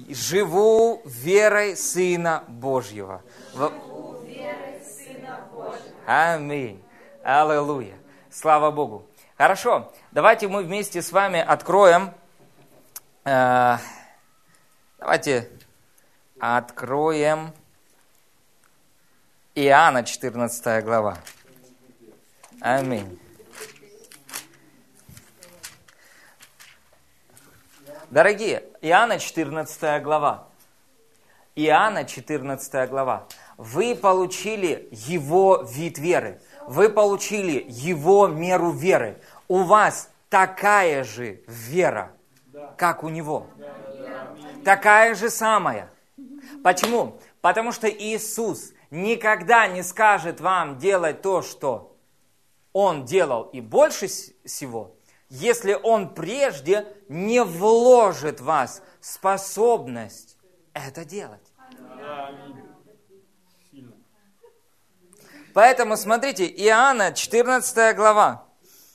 Живу верой Сына Божьего. Аминь. Аллилуйя. Слава Богу. Хорошо, давайте мы вместе с вами откроем. Давайте откроем Иоанна, 14 глава. Аминь. Дорогие, Иоанна 14 глава. Иоанна 14 глава. Вы получили его вид веры. Вы получили его меру веры. У вас такая же вера, как у него. Такая же самая. Почему? Потому что Иисус никогда не скажет вам делать то, что Он делал и больше всего, если Он прежде не вложит в вас способность это делать. Поэтому смотрите, Иоанна, 14 глава.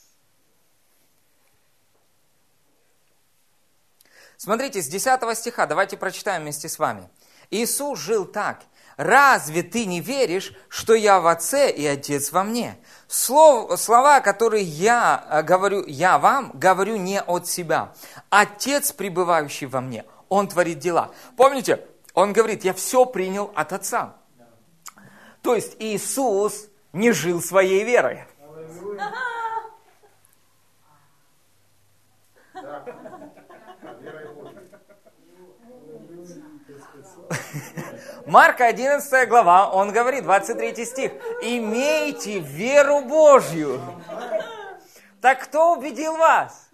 Смотрите, с 10 стиха, давайте прочитаем вместе с вами. Иисус жил так. «Разве ты не веришь, что я в Отце и Отец во мне? Слова, которые я вам говорю не от себя. Отец, пребывающий во мне, Он творит дела». Помните, Он говорит, я все принял от Отца. То есть Иисус не жил своей верой. Марка 11 глава, он говорит, 23 стих, «Имейте веру Божью». Так кто убедил вас?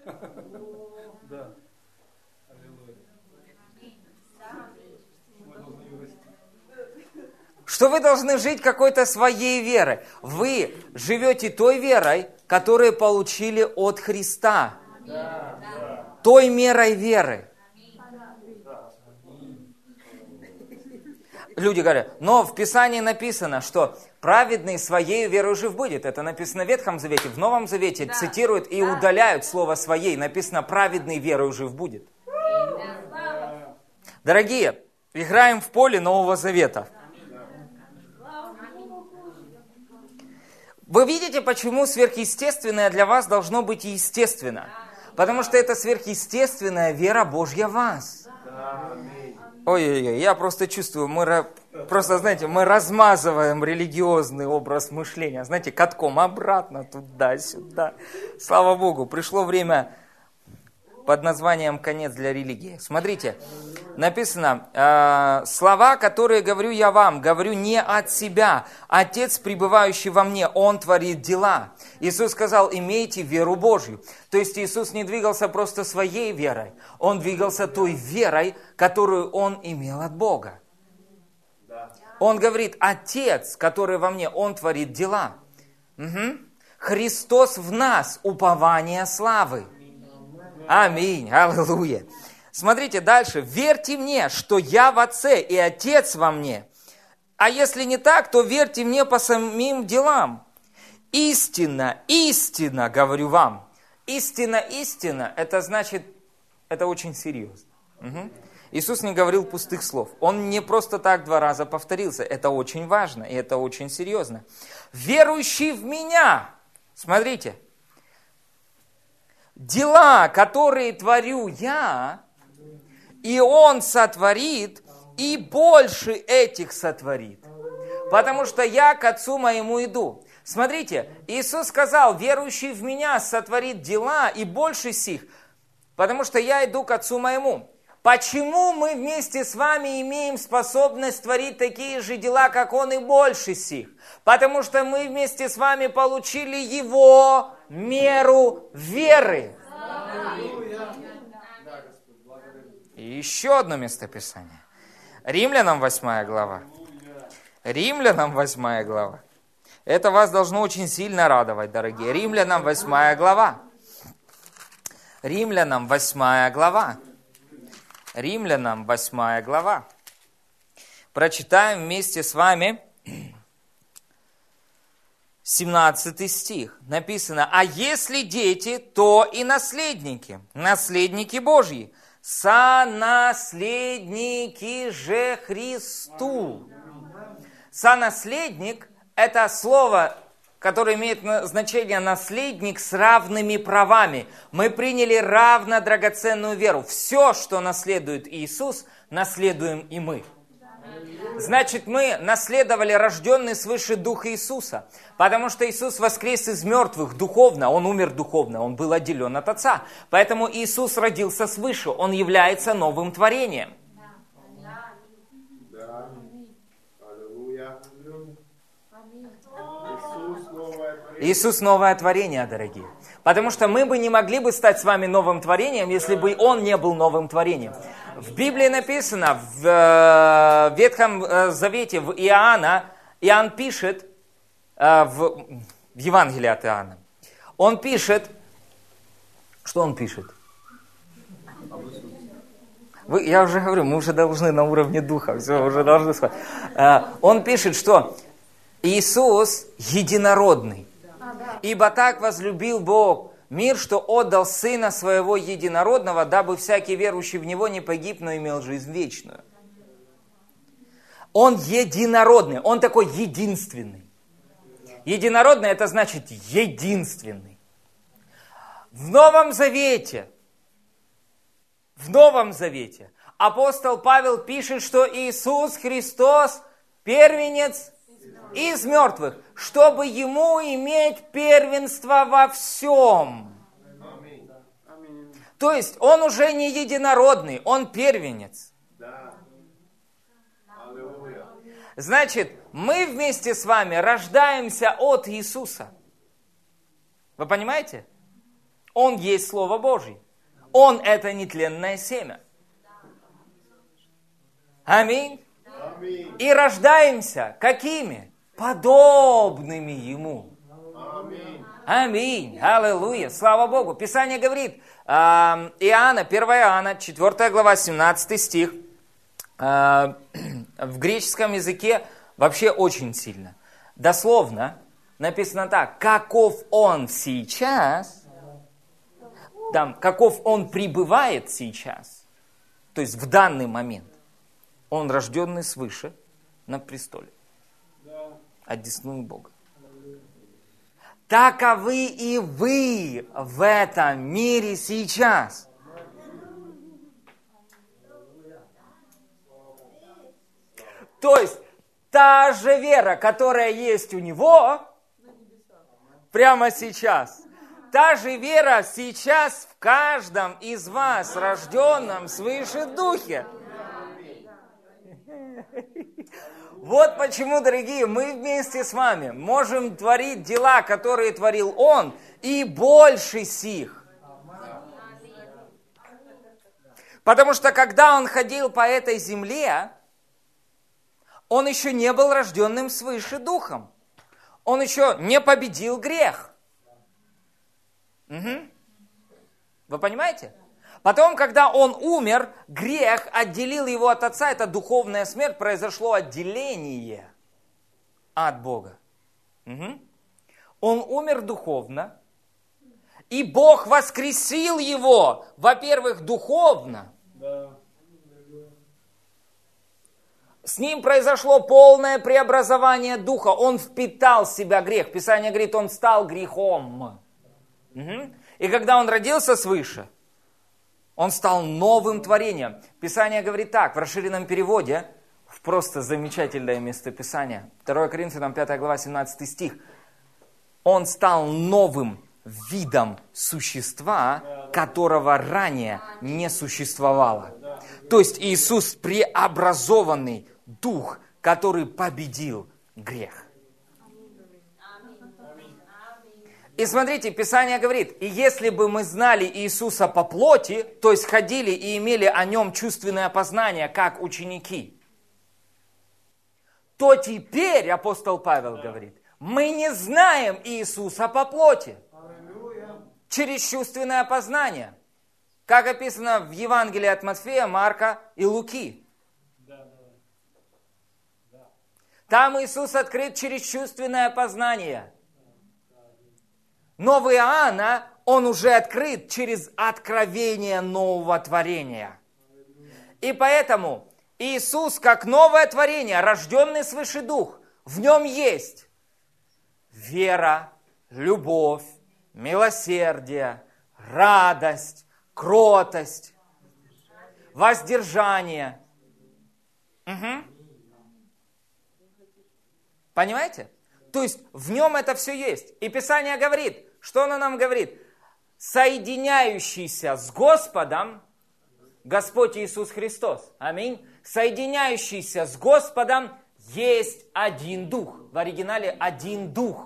Что вы должны жить какой-то своей верой. Вы живете той верой, которую получили от Христа. Той мерой веры. Люди говорят, но в Писании написано, что праведный своей верой жив будет. Это написано в Ветхом Завете. В Новом Завете цитируют и удаляют слово «своей». Написано «праведный верой жив будет». Дорогие, играем в поле Нового Завета. Вы видите, почему сверхъестественное для вас должно быть естественно? Потому что это сверхъестественная вера Божья в вас. Ой-ой-ой, я просто чувствую, мы размазываем религиозный образ мышления, знаете, катком обратно, туда-сюда. Слава Богу, пришло время под названием «Конец для религии». Смотрите, написано, слова, которые говорю я вам, говорю не от себя. Отец, пребывающий во мне, Он творит дела. Иисус сказал, имейте веру Божью. То есть Иисус не двигался просто своей верой, Он двигался той верой, которую Он имел от Бога. Он говорит, Отец, который во мне, Он творит дела. Угу. Христос в нас, упование славы. Аминь, аллилуйя. Смотрите дальше. Верьте мне, что я в Отце и Отец во мне. А если не так, то верьте мне по самим делам. Истинно, истинно говорю вам. Истинно, истинно, это значит, это очень серьезно. Угу. Иисус не говорил пустых слов. Он не просто так 2 раза повторился. Это очень важно и это очень серьезно. Верующий в меня, смотрите, дела, которые творю я, и Он сотворит, и больше этих сотворит. Потому что я к Отцу моему иду. Смотрите, Иисус сказал, верующий в Меня сотворит дела и больше сих, потому что я иду к Отцу моему. Почему мы вместе с вами имеем способность творить такие же дела, как Он, и больше сих? Потому что мы вместе с вами получили Его меру веры. И еще одно местописание. Римлянам 8 глава. Римлянам 8 глава. Это вас должно очень сильно радовать, дорогие. Римлянам 8 глава. Римлянам 8 глава. Римлянам 8 глава. Прочитаем вместе с вами 17 стих. Написано, а если дети, то и наследники, наследники Божьи, Сонаследники же Христу. Сонаследник – это слово, которое имеет значение наследник с равными правами. Мы приняли равно драгоценную веру. Все, что наследует Иисус, наследуем и мы. Значит, мы наследовали рожденный свыше Дух Иисуса, потому что Иисус воскрес из мертвых духовно, Он умер духовно, Он был отделен от Отца. Поэтому Иисус родился свыше, Он является новым творением. Иисус новое творение, дорогие. Потому что мы бы не могли бы стать с вами новым творением, если бы Он не был новым творением. В Библии написано, в Ветхом Завете, в Иоанн пишет, в Евангелии от Иоанна, он пишет, что он пишет? Я уже говорю, мы уже должны на уровне духа, все, уже должны сказать. Он пишет, что Иисус единородный, ибо так возлюбил Бог мир, что отдал Сына Своего Единородного, дабы всякий верующий в Него не погиб, но имел жизнь вечную. Он единородный, Он такой единственный. Единородный – это значит единственный. В Новом Завете апостол Павел пишет, что Иисус Христос – первенец из мертвых, чтобы Ему иметь первенство во всем. То есть Он уже не единородный, Он первенец. Значит, мы вместе с вами рождаемся от Иисуса. Вы понимаете? Он есть Слово Божье. Он – это нетленное семя. Аминь. И рождаемся какими? Подобными Ему. Аминь. Аллилуйя. Слава Богу. Писание говорит, Иоанна, 1 Иоанна, 4 глава, 17 стих, в греческом языке вообще очень сильно. Дословно написано так: каков Он сейчас, там, каков Он пребывает сейчас, то есть в данный момент, Он рожденный свыше на престоле, одесную Бога. Таковы и вы в этом мире сейчас. То есть, та же вера, которая есть у Него, прямо сейчас, та же вера сейчас в каждом из вас, рожденном свыше Духе. Вот почему, дорогие, мы вместе с вами можем творить дела, которые творил Он, и больше сих. Потому что, когда Он ходил по этой земле, Он еще не был рожденным свыше Духом. Он еще не победил грех. Угу. Вы понимаете? Потом, когда Он умер, грех отделил Его от Отца, это духовная смерть, произошло отделение от Бога. Угу. Он умер духовно, и Бог воскресил Его, во-первых, духовно. С Ним произошло полное преобразование Духа, Он впитал в себя грех. Писание говорит, Он стал грехом. Угу. И когда Он родился свыше, Он стал новым творением. Писание говорит так, в расширенном переводе, в просто замечательное местописание, 2 Коринфянам 5 глава 17 стих. Он стал новым видом существа, которого ранее не существовало. То есть Иисус преобразованный Дух, который победил грех. И смотрите, Писание говорит, и если бы мы знали Иисуса по плоти, то есть ходили и имели о Нем чувственное познание, как ученики, то теперь, апостол Павел говорит, мы не знаем Иисуса по плоти. Через чувственное познание. Как описано в Евангелии от Матфея, Марка и Луки. Там Иисус открыт через чувственное познание. Но в Иоанна Он уже открыт через откровение нового творения. И поэтому Иисус, как новое творение, рожденный свыше Дух, в нем есть вера, любовь, милосердие, радость, кротость, воздержание. Угу. Понимаете? То есть в нем это все есть. И Писание говорит, что оно нам говорит? Соединяющийся с Господом, Господь Иисус Христос. Аминь. Соединяющийся с Господом есть один Дух. В оригинале один Дух.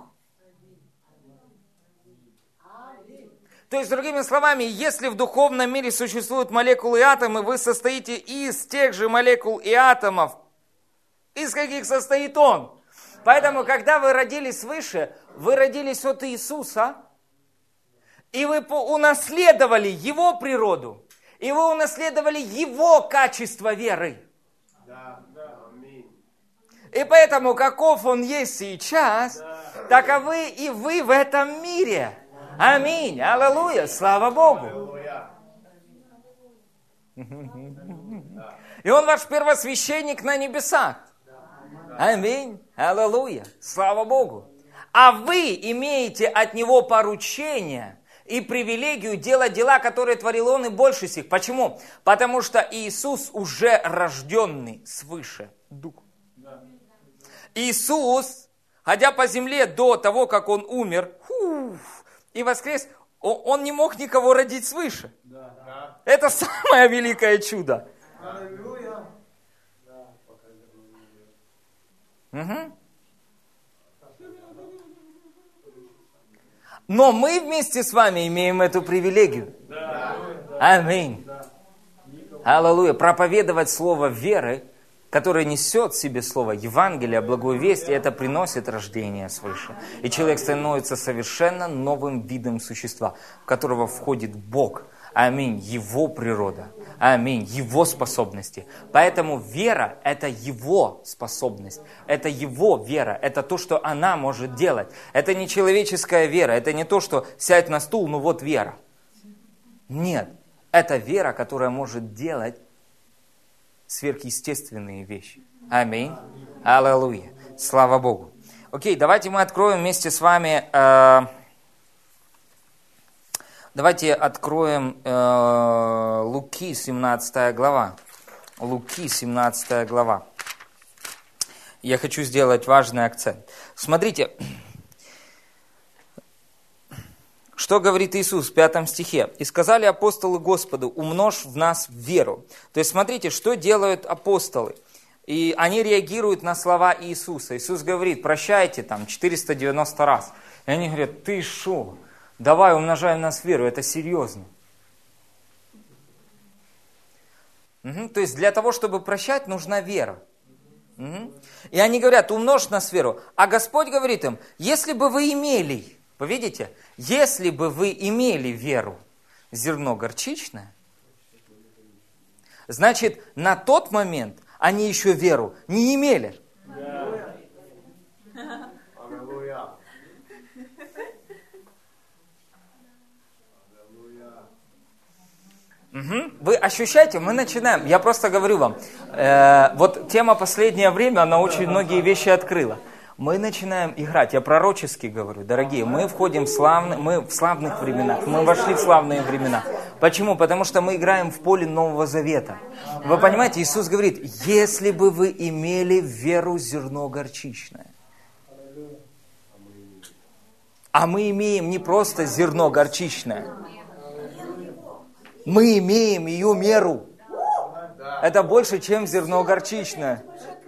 То есть, другими словами, если в духовном мире существуют молекулы и атомы, вы состоите из тех же молекул и атомов, из каких состоит Он. Поэтому, когда вы родились свыше, вы родились от Иисуса, и вы унаследовали Его природу, и вы унаследовали Его качество веры. И поэтому, каков Он есть сейчас, таковы и вы в этом мире. Аминь. Аллилуйя. Слава Богу. И Он ваш первосвященник на небесах. Аминь. Аллилуйя. Слава Богу. А вы имеете от Него поручение и привилегию делать дела, которые творил Он, и больше сих. Почему? Потому что Иисус уже рожденный свыше Дух. Иисус, ходя по земле до того, как Он умер, и воскрес, Он не мог никого родить свыше. Это самое великое чудо. Угу. Но мы вместе с вами имеем эту привилегию. Аминь. Аллилуйя. Проповедовать слово веры, которое несет в себе слово Евангелия, благую весть, и это приносит рождение свыше. И человек становится совершенно новым видом существа, в которого входит Бог. Аминь. Его природа. Аминь. Его способности. Поэтому вера – это Его способность. Это Его вера. Это то, что она может делать. Это не человеческая вера. Это не то, что сядь на стул, ну вот вера. Нет. Это вера, которая может делать сверхъестественные вещи. Аминь. Аллилуйя. Слава Богу. Окей, давайте мы откроем вместе с вами... Давайте откроем Луки, 17 глава. Луки, 17 глава. Я хочу сделать важный акцент. Смотрите, что говорит Иисус в 5 стихе. «И сказали апостолы Господу, умножь в нас веру». То есть смотрите, что делают апостолы. И они реагируют на слова Иисуса. Иисус говорит, прощайте там 490 раз. И они говорят, ты шо? Давай умножай в нас веру, это серьезно. Угу. То есть для того, чтобы прощать, нужна вера. Угу. И они говорят, умножь в нас веру. А Господь говорит им, если бы вы имели, вы видите, если бы вы имели веру, зерно горчичное, значит, на тот момент они еще веру не имели. Угу. Вы ощущаете? Мы начинаем. Я просто говорю вам, вот тема «Последнее время», она очень многие вещи открыла. Мы начинаем играть, я пророчески говорю, дорогие, мы входим в славных временах, мы вошли в славные времена. Почему? Потому что мы играем в поле Нового Завета. Вы понимаете, Иисус говорит, если бы вы имели веру зерно горчичное. А мы имеем не просто зерно горчичное, мы имеем ее меру. Это больше, чем зерно горчичное.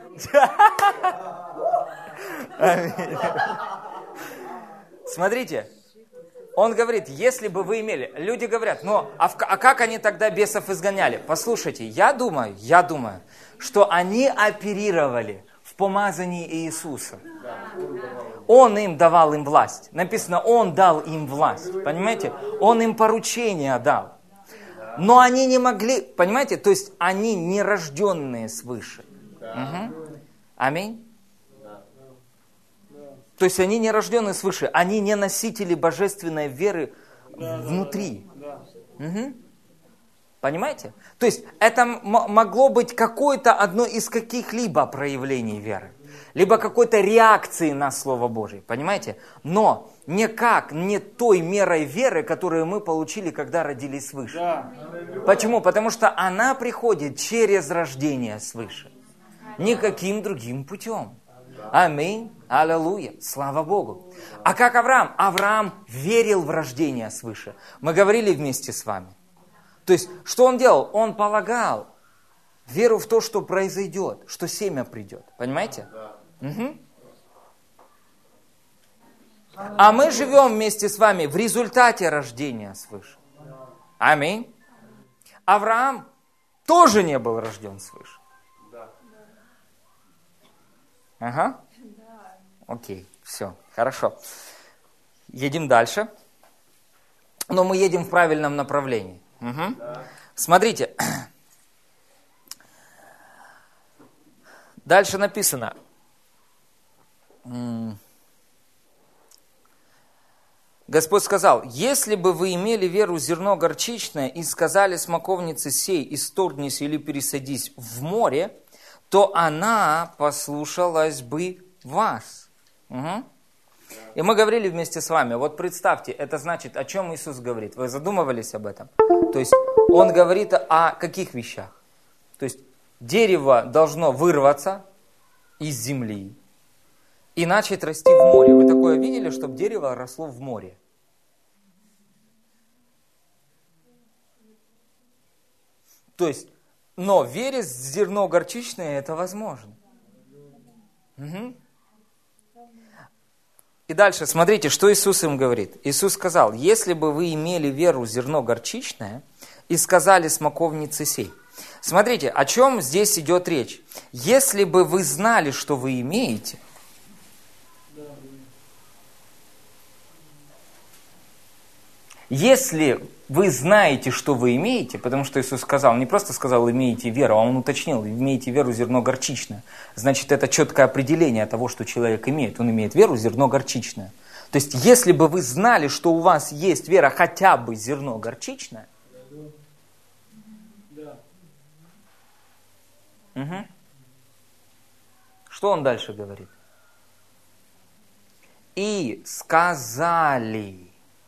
Смотрите, он говорит, если бы вы имели. Люди говорят, а как они тогда бесов изгоняли? Послушайте, я думаю, что они оперировали в помазании Иисуса. Он им давал им власть. Написано, Он дал им власть. Понимаете? Он им поручение дал. Но они не могли, понимаете, то есть они не рожденные свыше. Угу. Аминь. То есть они не рожденные свыше, они не носители божественной веры внутри. Угу. Понимаете? То есть это могло быть какое-то одно из каких-либо проявлений веры. Либо какой-то реакции на Слово Божие. Понимаете? Но никак не той мерой веры, которую мы получили, когда родились свыше. Да. Почему? Потому что она приходит через рождение свыше. Никаким другим путем. Аминь. Аллилуйя. Слава Богу. А как Авраам? Авраам верил в рождение свыше. Мы говорили вместе с вами. То есть, что он делал? Он полагал веру в то, что произойдет, что семя придет. Понимаете? Угу. А мы живем вместе с вами в результате рождения свыше. Аминь. Авраам тоже не был рожден свыше. Ага. Окей, все, хорошо. Едем дальше. Но мы едем в правильном направлении. Угу. Смотрите. Дальше написано. Господь сказал: если бы вы имели веру зерно горчичное и сказали смоковнице сей, исторгнись или пересадись в море, то она послушалась бы вас. Угу. И мы говорили вместе с вами, вот представьте, это значит, о чем Иисус говорит. Вы задумывались об этом? То есть Он говорит о каких вещах? То есть дерево должно вырваться из земли и начать расти в море. Вы такое видели, чтобы дерево росло в море? То есть, но вере зерно горчичное это возможно. Угу. И дальше, смотрите, что Иисус им говорит. Иисус сказал: если бы вы имели веру зерно горчичное и сказали смоковнице сей. Смотрите, о чем здесь идет речь. Если бы вы знали, что вы имеете, если вы знаете, что вы имеете, потому что Иисус сказал, не просто сказал имеете веру, а Он уточнил, имеете веру зерно горчичное. Значит, это четкое определение того, что человек имеет. Он имеет веру зерно горчичное. То есть, если бы вы знали, что у вас есть вера хотя бы зерно горчичное, угу. Что он дальше говорит? И сказали,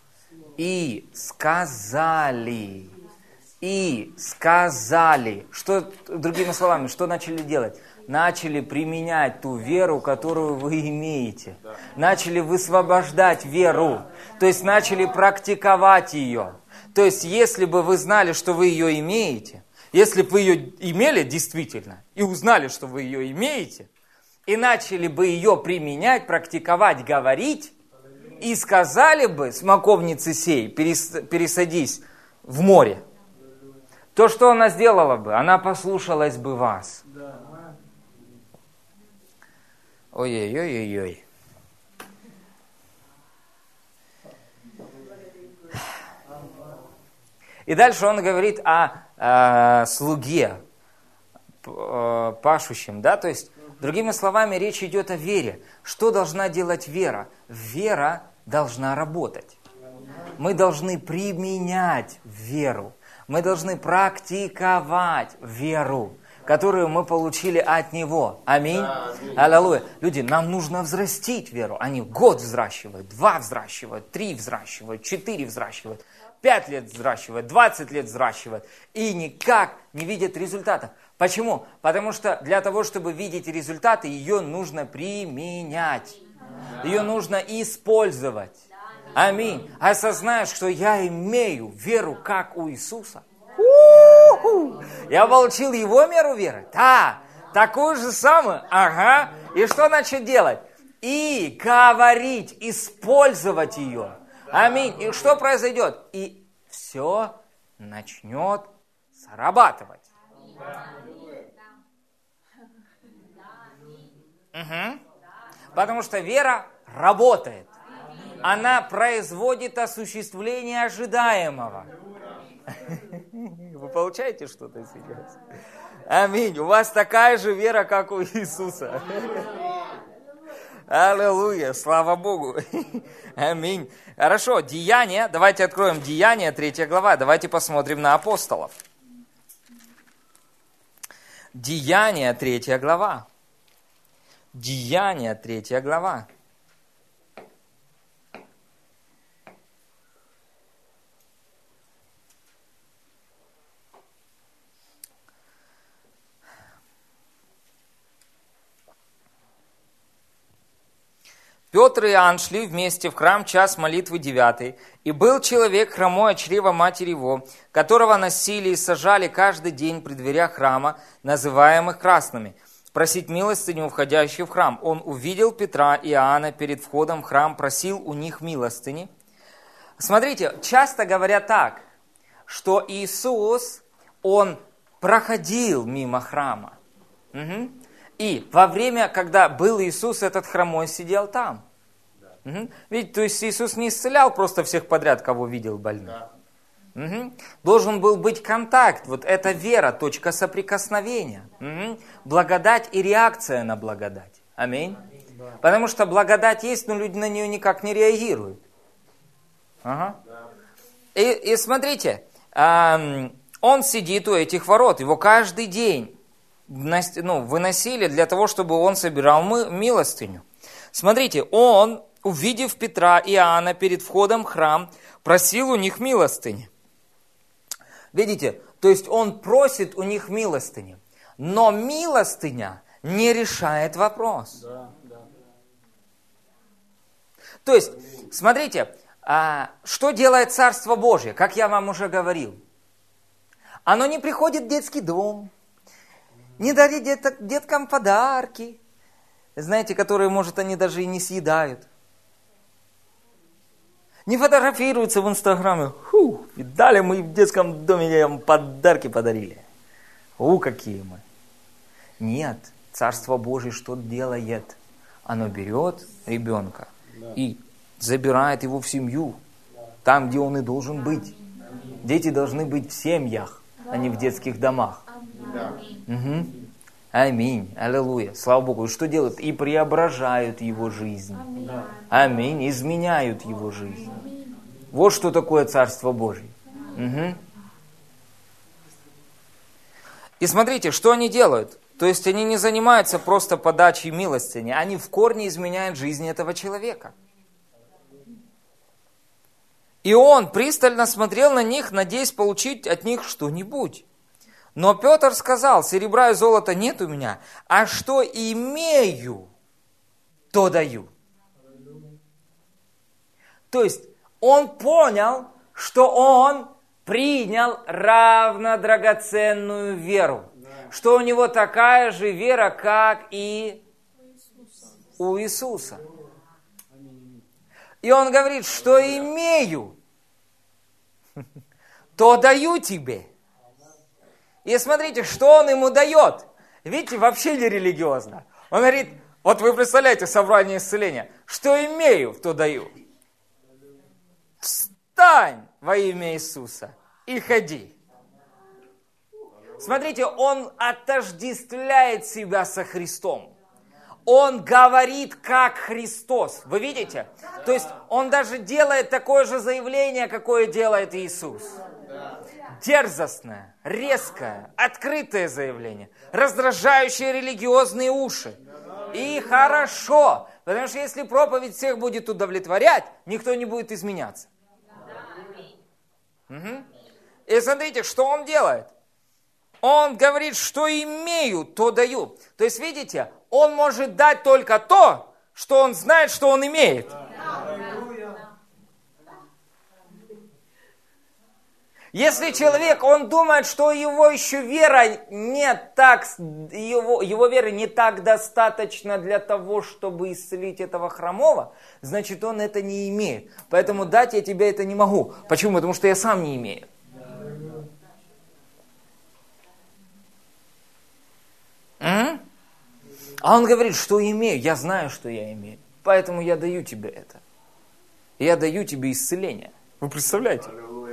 что, другими словами, что начали делать? Начали применять ту веру, которую вы имеете. Начали высвобождать веру. То есть начали практиковать ее. То есть если бы вы знали, что вы ее имеете, если бы вы ее имели действительно, и узнали, что вы ее имеете, и начали бы ее применять, практиковать, говорить, и сказали бы смоковнице сей, пересадись в море, то что она сделала бы? Она послушалась бы вас. Ой-ой-ой-ой-ой. И дальше он говорит о слуге, пашущем, да, то есть, другими словами, речь идет о вере. Что должна делать вера? Вера должна работать. Мы должны применять веру. Мы должны практиковать веру, которую мы получили от Него. Аминь. Аллилуйя. Люди, нам нужно взрастить веру. Они год взращивают, 2 взращивают, 3 взращивают, 4 взращивают, 5 лет взращивают, 20 лет взращивают. И никак не видят результатов. Почему? Потому что для того, чтобы видеть результаты, ее нужно применять. Ее нужно использовать. Аминь. Осознаешь, что я имею веру, как у Иисуса. Я получил Его меру веры. Да, такую же самую. Ага. И что значит делать? И говорить, использовать ее. Аминь. И что произойдет? И все начнет срабатывать. Угу. Потому что вера работает. Она производит осуществление ожидаемого. Вы получаете что-то сейчас? Аминь. У вас такая же вера, как у Иисуса. Аллилуйя. Слава Богу. Аминь. Хорошо. Деяния. Давайте откроем Деяния, 3 глава. Давайте посмотрим на апостолов. Деяния 3 глава. Деяния 3 глава. Петр и Иоанн шли вместе в храм час молитвы 9, и был человек хромой от чрева матери его, которого носили и сажали каждый день при дверях храма, называемых красными, просить милостыню у входящих в храм. Он увидел Петра и Иоанна перед входом в храм, просил у них милостыни. Смотрите, часто говорят так, что Иисус, Он проходил мимо храма. И во время, когда был Иисус, этот хромой сидел там. Видите, то есть Иисус не исцелял просто всех подряд, кого видел больных. Должен был быть контакт, вот это вера, точка соприкосновения. Благодать и реакция на благодать. Аминь. Потому что благодать есть, но люди на нее никак не реагируют. И смотрите, он сидит у этих ворот, его каждый день выносили для того, чтобы он собирал милостыню. Смотрите, он, увидев Петра и Иоанна перед входом в храм, просил у них милостыни. Видите, то есть он просит у них милостыни, но милостыня не решает вопрос. То есть, смотрите, что делает Царство Божье, как я вам уже говорил. Оно не приходит в детский дом, не дарит деткам подарки, знаете, которые, может, они даже и не съедают. Не фотографируются в Инстаграме. Видали, мы в детском доме им подарки подарили. Какие мы. Нет, Царство Божие что делает? Оно берет ребенка и забирает его в семью, там, где он и должен быть. Дети должны быть в семьях, а не в детских домах. Аминь. Аллилуйя. Слава Богу. И что делают? И преображают его жизнь. Аминь. Изменяют его жизнь. Вот что такое Царство Божие. И смотрите, что они делают. То есть они не занимаются просто подачей милостыни, они в корне изменяют жизнь этого человека. И он пристально смотрел на них, надеясь получить от них что-нибудь. Но Петр сказал: серебра и золота нет у меня, а что имею, то даю. То есть он понял, что он принял равнодрагоценную веру. Что у него такая же вера, как и у Иисуса. И он говорит, что имею, то даю тебе. И смотрите, что он ему дает. Видите, вообще не религиозно. Он говорит, вот вы представляете собрание исцеления. Что имею, то даю. Встань во имя Иисуса и ходи. Смотрите, он отождествляет себя со Христом. Он говорит, как Христос. Вы видите? То есть он даже делает такое же заявление, какое делает Иисус. Дерзостное, резкое, открытое заявление, раздражающее религиозные уши. И хорошо, потому что если проповедь всех будет удовлетворять, никто не будет изменяться. И смотрите, что он делает. Он говорит, что имею, то даю. То есть, видите, он может дать только то, что он знает, что он имеет. Если человек, он думает, что его еще вера не так, его веры не так достаточно для того, чтобы исцелить этого хромого, значит, он это не имеет. Поэтому дать я тебе это не могу. Почему? Потому что я сам не имею. А он говорит, что имею. Я знаю, что я имею. Поэтому я даю тебе это. Я даю тебе исцеление. Вы представляете?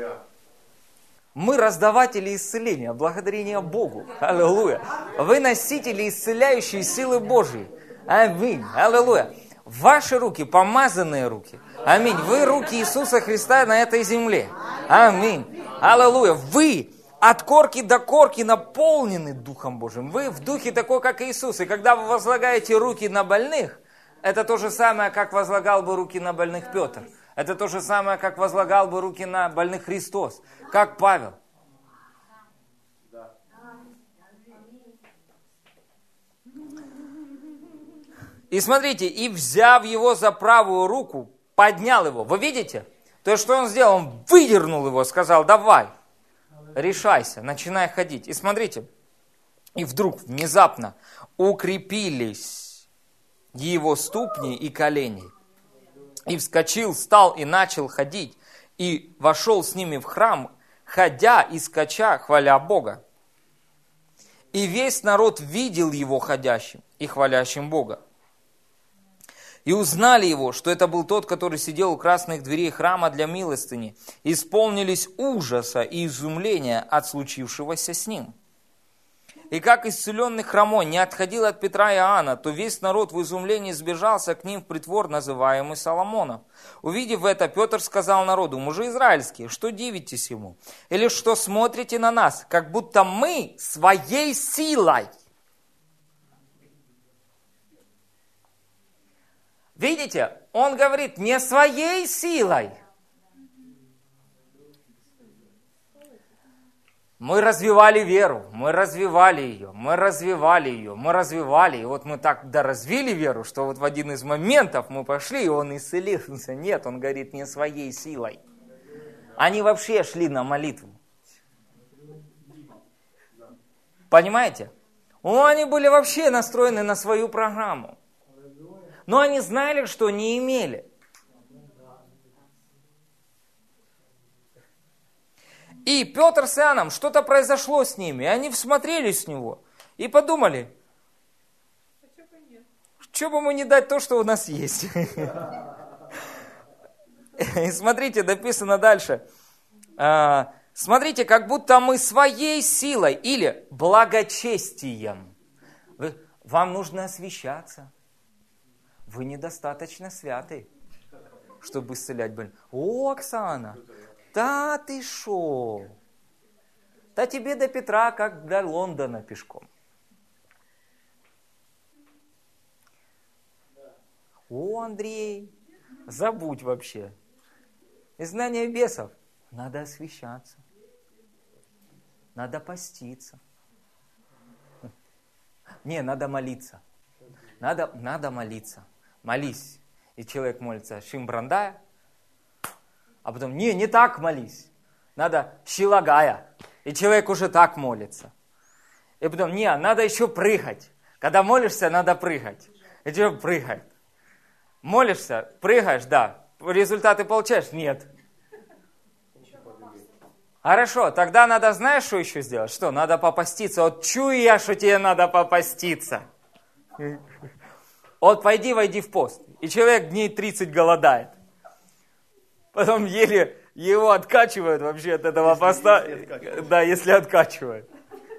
Мы раздаватели исцеления, благодарение Богу. Аллилуйя. Вы носители исцеляющей силы Божьей. Аминь. Аллилуйя. Ваши руки, помазанные руки. Аминь. Вы руки Иисуса Христа на этой земле. Аминь. Аллилуйя. Вы от корки до корки наполнены Духом Божьим. Вы в духе такой, как Иисус. И когда вы возлагаете руки на больных, это то же самое, как возлагал бы руки на больных Петр. Это то же самое, как возлагал бы руки на больных Христос, как Павел. И смотрите, и взяв его за правую руку, поднял его. Вы видите? То есть, что он сделал? Он выдернул его, сказал, давай, решайся, начинай ходить. И смотрите, и вдруг внезапно укрепились его ступни и колени. И вскочил, встал и начал ходить. И вошел с ними в храм, ходя и скача, хваля Бога. И весь народ видел его ходящим и хвалящим Бога. И узнали его, что это был тот, который сидел у красных дверей храма для милостыни. Исполнились ужаса и изумления от случившегося с ним. И как исцеленный хромой не отходил от Петра и Иоанна, то весь народ в изумлении сбежался к ним в притвор, называемый Соломонов. Увидев это, Петр сказал народу: мужи израильские, что дивитесь ему? Или что смотрите на нас, как будто мы своей силой? Видите, он говорит, не своей силой. Мы развивали веру, мы развивали ее. И вот мы так доразвили веру, что вот в один из моментов мы пошли, и он исцелился. Нет, он говорит, не своей силой. Они вообще шли на молитву. Понимаете? Они были вообще настроены на свою программу. Но они знали, что не имели. И Петр с Иоанном, что-то произошло с ними. И они всмотрелись в него и подумали, что бы ему не дать то, что у нас есть. И смотрите, написано дальше. Смотрите, как будто мы своей силой или благочестием. Вам нужно освящаться. Вы недостаточно святы, чтобы исцелять больных. О, Оксана, да ты шо? Да тебе до Петра, как до Лондона пешком. О, Андрей, забудь вообще. Изгнание бесов. Надо освящаться. Надо поститься. Не, надо молиться. Надо молиться. Молись. И человек молится Шимбрандая, а потом, не так молись. Надо Шилагая. И человек уже так молится. И потом, надо еще прыгать. Когда молишься, надо прыгать. И человек прыгает. Молишься, прыгаешь, да. Результаты получаешь? Нет. Хорошо, тогда надо, знаешь, что еще сделать? Что, надо попаститься. Вот чую я, что тебе надо попаститься. Вот пойди, войди в пост. И человек дней 30 голодает. Потом еле его откачивают вообще от этого поста. Да, если откачивают.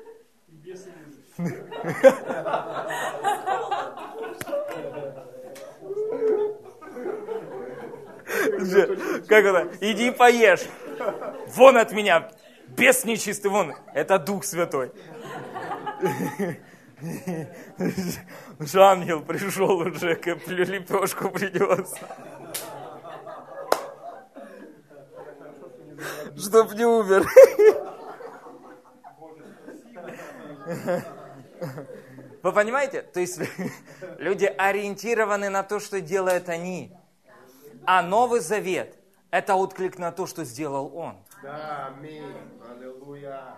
Как это? Иди поешь. Вон от меня. Бес нечистый, вон. Это Дух Святой. Ангел пришел уже, лепешку принес. Чтоб не умер. Вы понимаете? То есть люди ориентированы на то, что делают они. А Новый Завет – это отклик на то, что сделал Он. Да, аминь. Аллилуйя.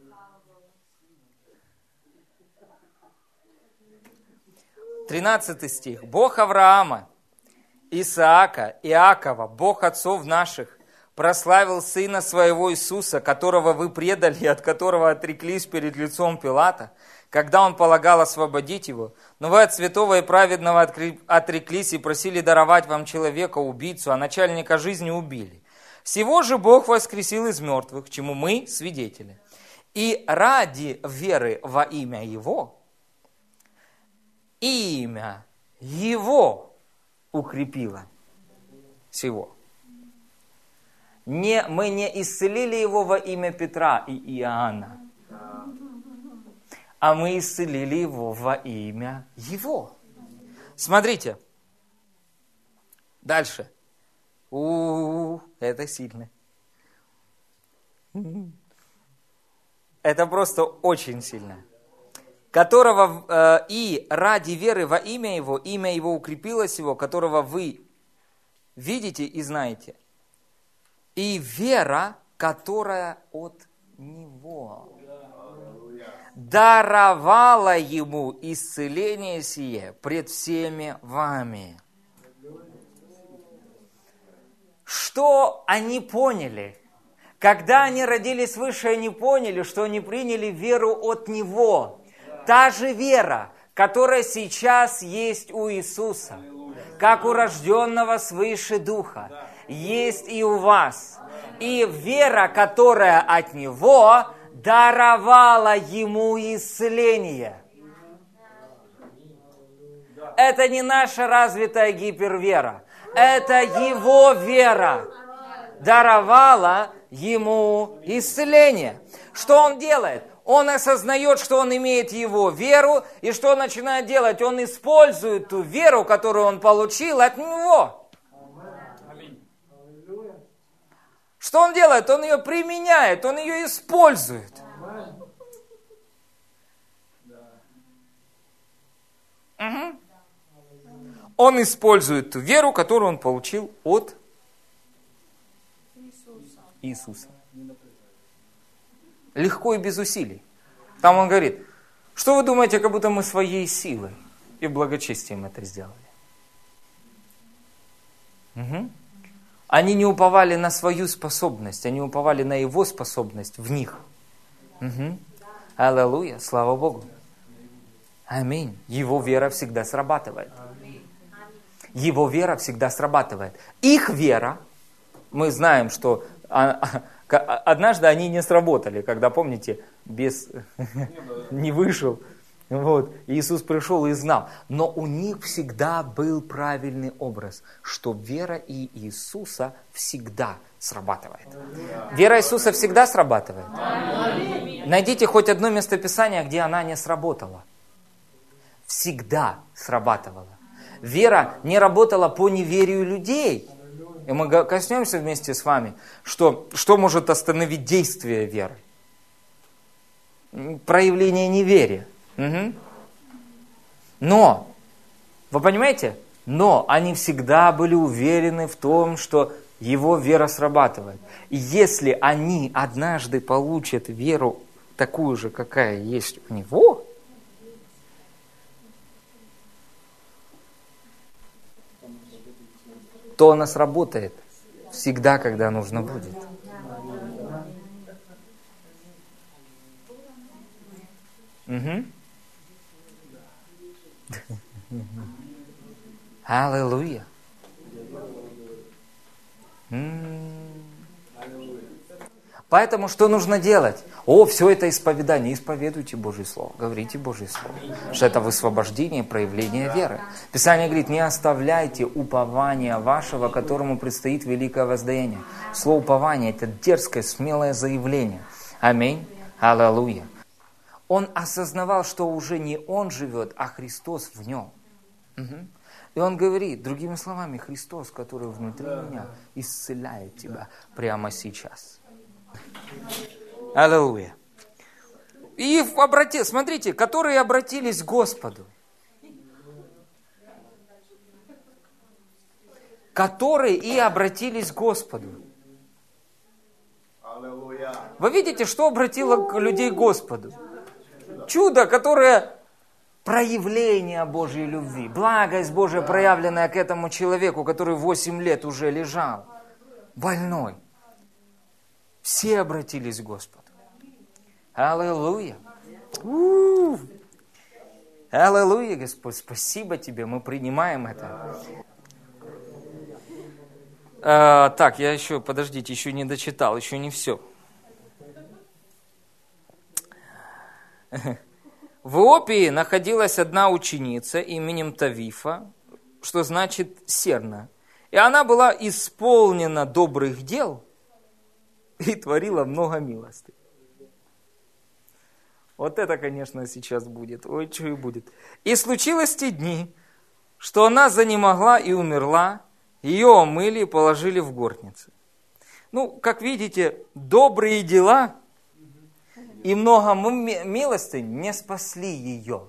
13 стих. Бог Авраама, Исаака, Иакова, Бог отцов наших, прославил Сына Своего Иисуса, которого вы предали и от которого отреклись перед лицом Пилата, когда он полагал освободить его. Но вы от святого и праведного отреклись и просили даровать вам человека, убийцу, а начальника жизни убили. Всего же Бог воскресил из мертвых, чему мы свидетели. И ради веры во имя Его, имя Его укрепило всего. Мы не исцелили его во имя Петра и Иоанна, а мы исцелили его во имя его. Смотрите. Дальше. Это сильно. Это просто очень сильно. Которого и ради веры во имя его укрепилось его, которого вы видите и знаете. И вера, которая от него даровала ему исцеление сие пред всеми вами. Что они поняли? Когда они родились свыше, они поняли, что они приняли веру от Него. Та же вера, которая сейчас есть у Иисуса, как у рожденного свыше Духа, есть и у вас. И вера, которая от Него, даровала Ему исцеление. Это не наша развитая гипервера. Это Его вера даровала Ему исцеление. Что Он делает? Он осознает, что он имеет Его веру, и что он начинает делать? Он использует ту веру, которую он получил от Него. Что он делает? Он ее применяет, он ее использует. Угу. Он использует ту веру, которую он получил от Иисуса. Легко и без усилий. Там он говорит, что вы думаете, как будто мы своей силой и благочестием это сделали? Угу. Они не уповали на свою способность, они уповали на Его способность в них. Угу. Аллилуйя, слава Богу. Аминь. Его вера всегда срабатывает. Его вера всегда срабатывает. Их вера, мы знаем, что однажды они не сработали, когда, помните, бес не вышел. Вот. Иисус пришел и знал. Но у них всегда был правильный образ, что вера Иисуса всегда срабатывает. Вера Иисуса всегда срабатывает. Найдите хоть одно местописание, где она не сработала. Всегда срабатывала. Вера не работала по неверию людей. И мы коснемся вместе с вами, что может остановить действие веры. Проявление неверия. Угу. Но, вы понимаете? Но они всегда были уверены в том, что его вера срабатывает. И если они однажды получат веру такую же, какая есть у него, то она сработает всегда, когда нужно будет. Угу. Аллилуйя. Поэтому что нужно делать? Все это исповедание. Исповедуйте Божье Слово. Говорите Божье Слово. Что это высвобождение, проявление веры. Писание говорит, не оставляйте упования вашего, которому предстоит великое воздаяние. Слово упование – это дерзкое, смелое заявление. Аминь. Аллилуйя. Он осознавал, что уже не он живет, а Христос в нем. Угу. И он говорит, другими словами, Христос, который внутри меня, исцеляет тебя прямо сейчас. Аллилуйя. И смотрите, которые обратились к Господу. Которые и обратились к Господу. Вы видите, что обратило людей к Господу? Чудо, которое проявление Божьей любви. Благость Божия, проявленная к этому человеку, который 8 лет уже лежал. Больной. Все обратились к Господу. Аллилуйя. Аллилуйя, Господь. Спасибо Тебе, мы принимаем это. Так, я еще не дочитал, еще не все. В Иопии находилась одна ученица именем Тавифа, что значит серна. И она была исполнена добрых дел и творила много милостей. Вот это, конечно, сейчас будет. Ой, что и будет. И случилось те дни, что она занемогла и умерла, ее омыли и положили в горнице. Ну, как видите, добрые дела и много милостынь не спасли ее.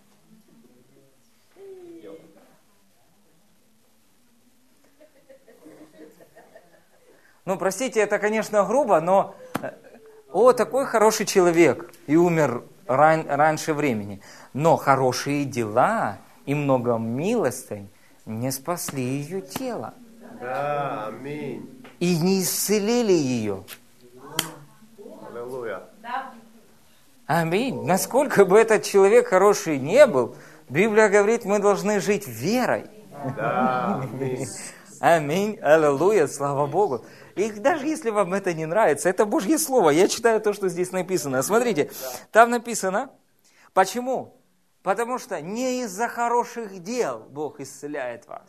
Ну, простите, это, конечно, грубо, но такой хороший человек и умер раньше времени. Но хорошие дела и много милостынь не спасли ее тело. Да, аминь. И не исцелили ее. Аллилуйя. Аминь. Насколько бы этот человек хороший не был, Библия говорит, мы должны жить верой. Да, аминь. Аминь. Аллилуйя. Слава Богу. И даже если вам это не нравится, это Божье Слово. Я читаю то, что здесь написано. Смотрите, там написано. Почему? Потому что не из-за хороших дел Бог исцеляет вас.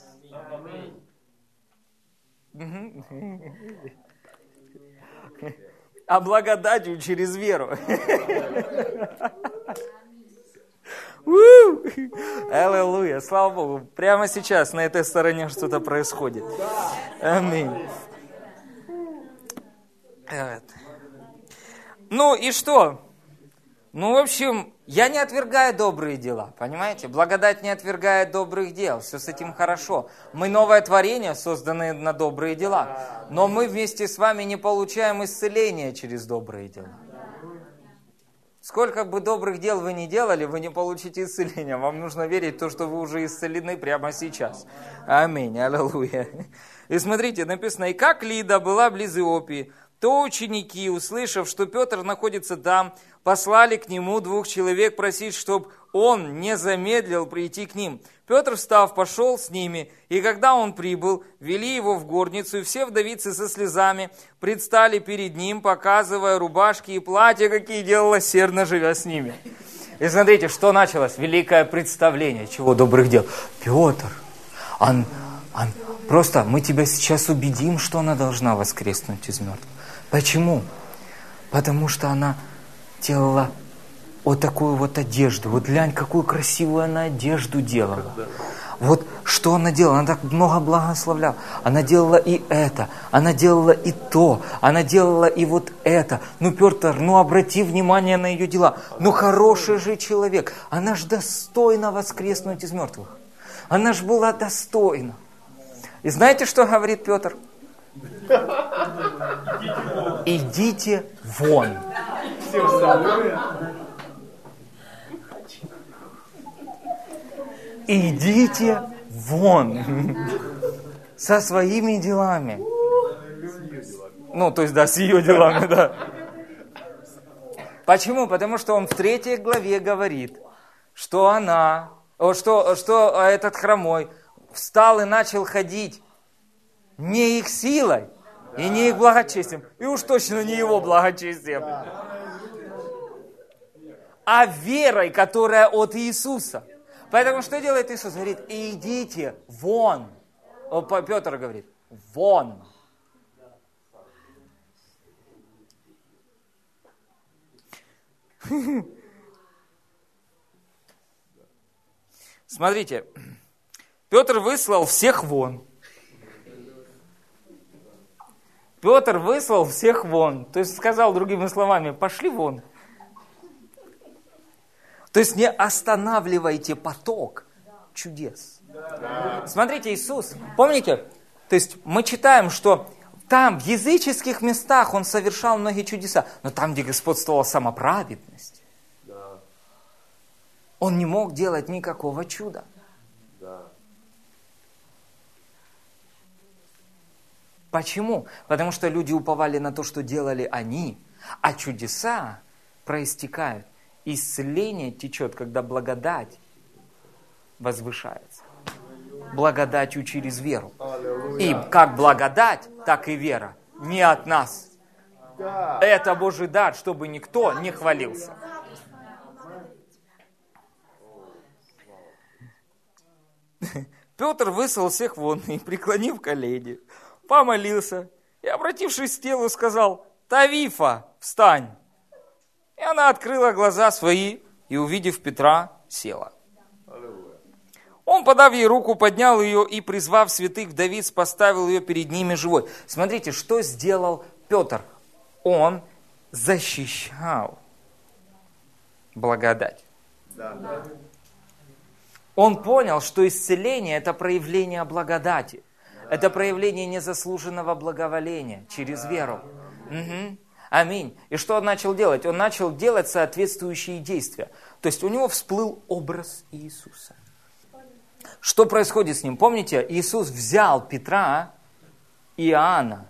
А благодатью через веру. Аллилуйя, слава Богу. Прямо сейчас на этой стороне что-то происходит. Аминь. Ну и что? Ну, в общем, я не отвергаю добрые дела, понимаете? Благодать не отвергает добрых дел, все с этим хорошо. Мы новое творение, созданное на добрые дела. Но мы вместе с вами не получаем исцеления через добрые дела. Сколько бы добрых дел вы ни делали, вы не получите исцеления. Вам нужно верить в то, что вы уже исцелены прямо сейчас. Аминь, аллилуйя. И смотрите, написано, «И как Лида была близ Иопии, то ученики, услышав, что Петр находится там, послали к нему 2 человек просить, чтобы он не замедлил прийти к ним. Петр, встав, пошел с ними, и когда он прибыл, вели его в горницу, и все вдовицы со слезами предстали перед ним, показывая рубашки и платья, какие делала серно, живя с ними». И смотрите, что началось? Великое представление, чего добрых дел. Петр, просто мы тебя сейчас убедим, что она должна воскреснуть из мертвых. Почему? Потому что она делала вот такую вот одежду. Вот глянь, какую красивую она одежду делала. Вот что она делала? Она так много благословляла. Она делала и это, она делала и то, она делала и вот это. Ну, Петр, обрати внимание на ее дела. Ну, хороший же человек. Она ж достойна воскреснуть из мертвых. Она ж была достойна. И знаете, что говорит Петр? Идите вон. Идите вон. Со своими делами. Ну, то есть, да, с ее делами, да. Почему? Потому что он в 3 главе говорит, что что этот хромой встал и начал ходить не их силой и не их благочестием, и уж точно не его благочестием, а верой, которая от Иисуса. Поэтому что делает Иисус? Говорит, идите вон. Петр говорит, вон. Смотрите, Петр выслал всех вон. Петр выслал всех вон. То есть сказал другими словами, пошли вон. То есть не останавливайте поток чудес. Смотрите, Иисус, помните? То есть мы читаем, что там, в языческих местах, Он совершал многие чудеса. Но там, где господствовала самоправедность, Он не мог делать никакого чуда. Почему? Потому что люди уповали на то, что делали они, а чудеса проистекают. Исцеление течет, когда благодать возвышается. Благодатью через веру. И как благодать, так и вера не от нас. Это Божий дар, чтобы никто не хвалился. Петр выслал всех вон и, преклонив колени, помолился и, обратившись к телу, сказал, Тавифа, встань. И она открыла глаза свои и, увидев Петра, села. Он, подав ей руку, поднял ее и, призвав святых вдовиц, поставил ее перед ними живой. Смотрите, что сделал Петр. Он защищал благодать. Он понял, что исцеление – это проявление благодати. Это проявление незаслуженного благоволения через веру. Угу. Аминь. И что он начал делать? Он начал делать соответствующие действия. То есть у него всплыл образ Иисуса. Что происходит с ним? Помните, Иисус взял Петра и Иоанна.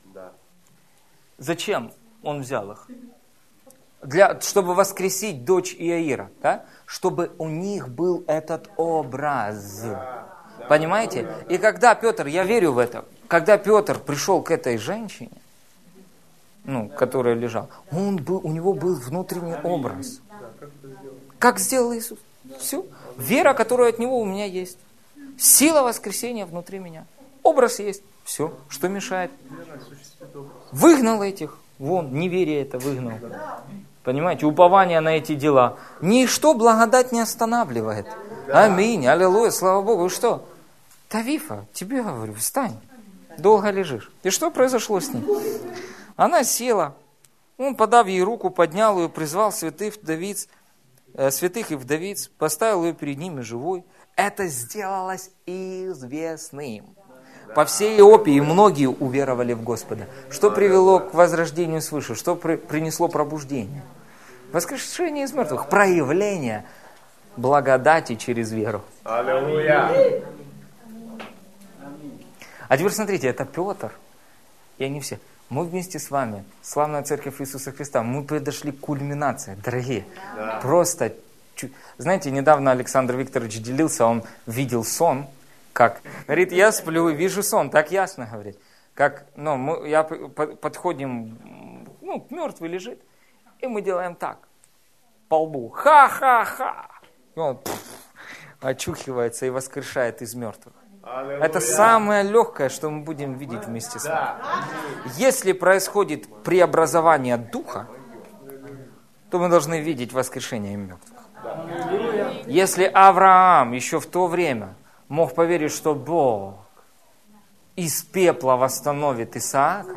Зачем он взял их? Чтобы воскресить дочь Иаира. Да? Чтобы у них был этот образ. Понимаете? И когда Петр, я верю в это, когда Петр пришел к этой женщине, которая лежала, у него был внутренний образ. Как сделал Иисус? Все. Вера, которая от Него у меня есть. Сила воскресения внутри меня. Образ есть. Все. Что мешает? Выгнал этих. Вон, неверие это выгнал. Понимаете, упование на эти дела. Ничто благодать не останавливает. Аминь, аллилуйя, слава Богу. И что? Тавифа, тебе говорю, встань. Долго лежишь. И что произошло с ней? Она села. Он, подав ей руку, поднял ее, призвал святых и вдовиц, поставил ее перед ними живой. Это сделалось известным. По всей Иопии многие уверовали в Господа. Что привело к возрождению свыше? Что принесло пробуждение? Воскрешение из мертвых. Проявление благодати через веру. Аллилуйя. А теперь смотрите, это Петр, и они все. Мы вместе с вами, славная церковь Иисуса Христа, мы подошли к кульминации, дорогие. Да. Просто, знаете, недавно Александр Викторович делился, он видел сон, как, говорит, я сплю и вижу сон, так ясно, говорит. Как, подходим, мертвый лежит, и мы делаем так, по лбу, ха-ха-ха. И он очухивается и воскрешает из мертвых. Аллилуйя. Это самое легкое, что мы будем видеть вместе с вами. Если происходит преобразование духа, то мы должны видеть воскрешение мертвых. Если Авраам еще в то время мог поверить, что Бог из пепла восстановит Исаака,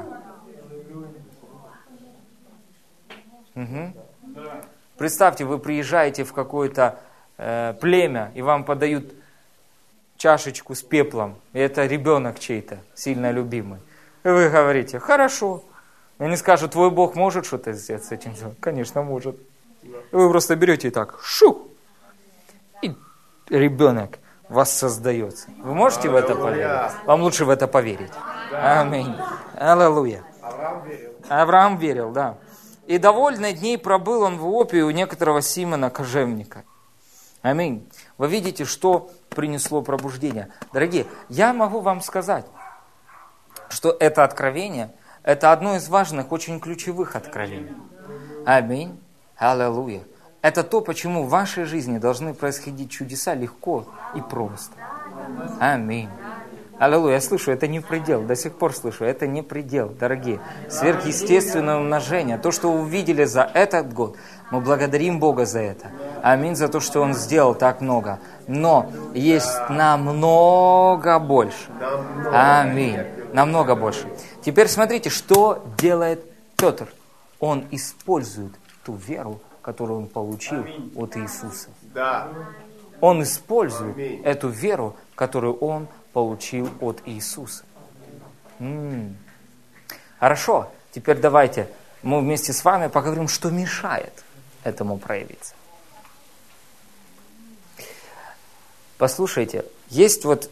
представьте, вы приезжаете в какое-то племя, и вам подают чашечку с пеплом, и это ребенок чей-то, сильно любимый. И вы говорите, хорошо. И они скажут, твой Бог может что-то сделать с этим? Конечно, может. И вы просто берете и так, и ребенок воссоздается. Вы можете в это поверить? Вам лучше в это поверить. Аминь. Аллилуйя. Авраам верил, да. И довольно дней пробыл он в Иопии у некоторого Симона кожевника. Аминь. Вы видите, что принесло пробуждение. Дорогие, я могу вам сказать, что это откровение, это одно из важных, очень ключевых откровений. Аминь. Аллилуйя. Это то, почему в вашей жизни должны происходить чудеса легко и просто. Аминь. Аллилуйя. Я слышу, это не предел. До сих пор слышу, это не предел, дорогие. Сверхъестественное умножение. То, что вы увидели за этот год, мы благодарим Бога за это. Аминь, за то, что Он сделал так много. Но есть намного больше. Аминь. Намного больше. Теперь смотрите, что делает Петр. Он использует ту веру, которую он получил от Иисуса. Он использует эту веру, которую он получил от Иисуса. Хорошо. Теперь давайте мы вместе с вами поговорим, что мешает этому проявиться. Послушайте, есть вот...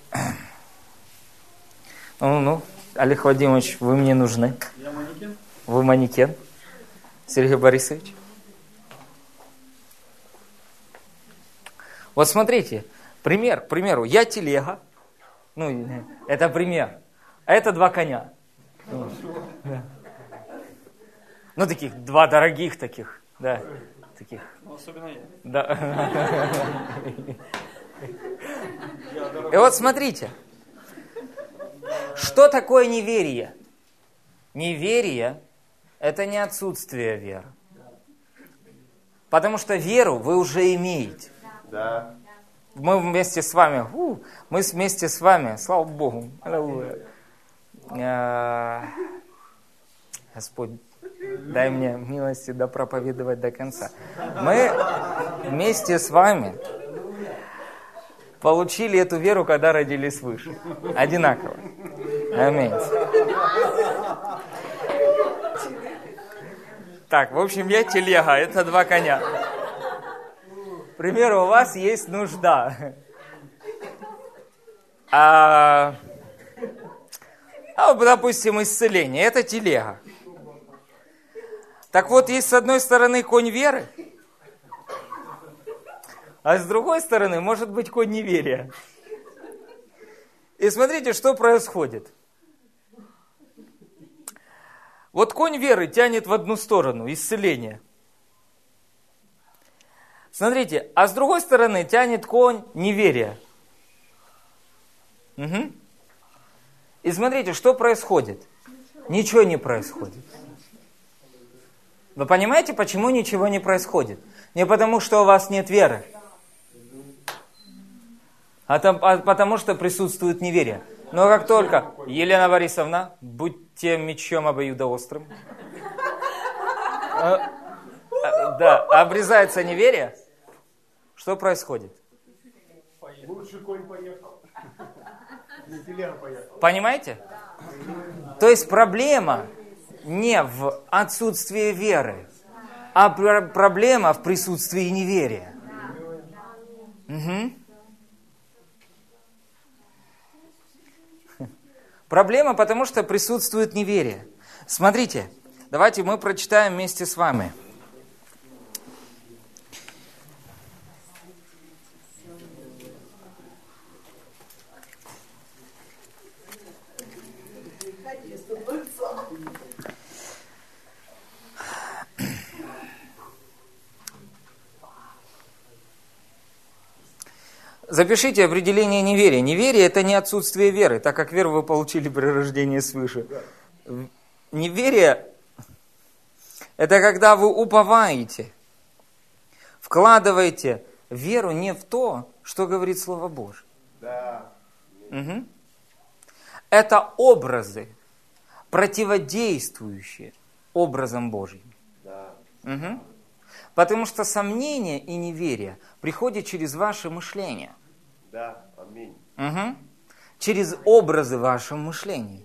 Олег Вадимович, вы мне нужны. Я манекен. Вы манекен. Сергей Борисович. Вот смотрите, пример, к примеру, я телега. Это пример. А это два коня. Таких, два дорогих таких. Да, таких. Особенно я. Да. И вот смотрите, что такое неверие? Неверие – это не отсутствие веры. Потому что веру вы уже имеете. Да. Мы вместе с вами, мы вместе с вами, слава Богу. Аллилуйя. Господь, дай мне милости проповедовать до конца. Мы вместе с вами получили эту веру, когда родились свыше. Одинаково. Аминь. Так, в общем, я телега, это два коня. К примеру, у вас есть нужда. Допустим, исцеление. Это телега. Так вот, есть с одной стороны конь веры, а с другой стороны может быть конь неверия. И смотрите, что происходит. Вот конь веры тянет в одну сторону, исцеление. Смотрите, а с другой стороны тянет конь неверия. Угу. И смотрите, что происходит. Ничего не происходит. Вы понимаете, почему ничего не происходит? Не потому, что у вас нет веры, а потому, что присутствует неверие. Но как только, Елена Борисовна, будьте мечом обоюдоострым, обрезается неверие, что происходит? Лучший конь поехал. Не телега поехала. Понимаете? То есть проблема не в отсутствии веры, а проблема в присутствии неверия. Угу. Проблема, потому что присутствует неверие. Смотрите, давайте мы прочитаем вместе с вами. Запишите определение неверия. Неверие – это не отсутствие веры, так как веру вы получили при рождении свыше. Неверие – это когда вы уповаете, вкладываете веру не в то, что говорит Слово Божье. Да. Угу. Это образы, противодействующие образом Божьим. Да. Угу. Потому что сомнение и неверие приходят через ваше мышление. Да. Аминь. Угу. Через образы в вашем мышлении.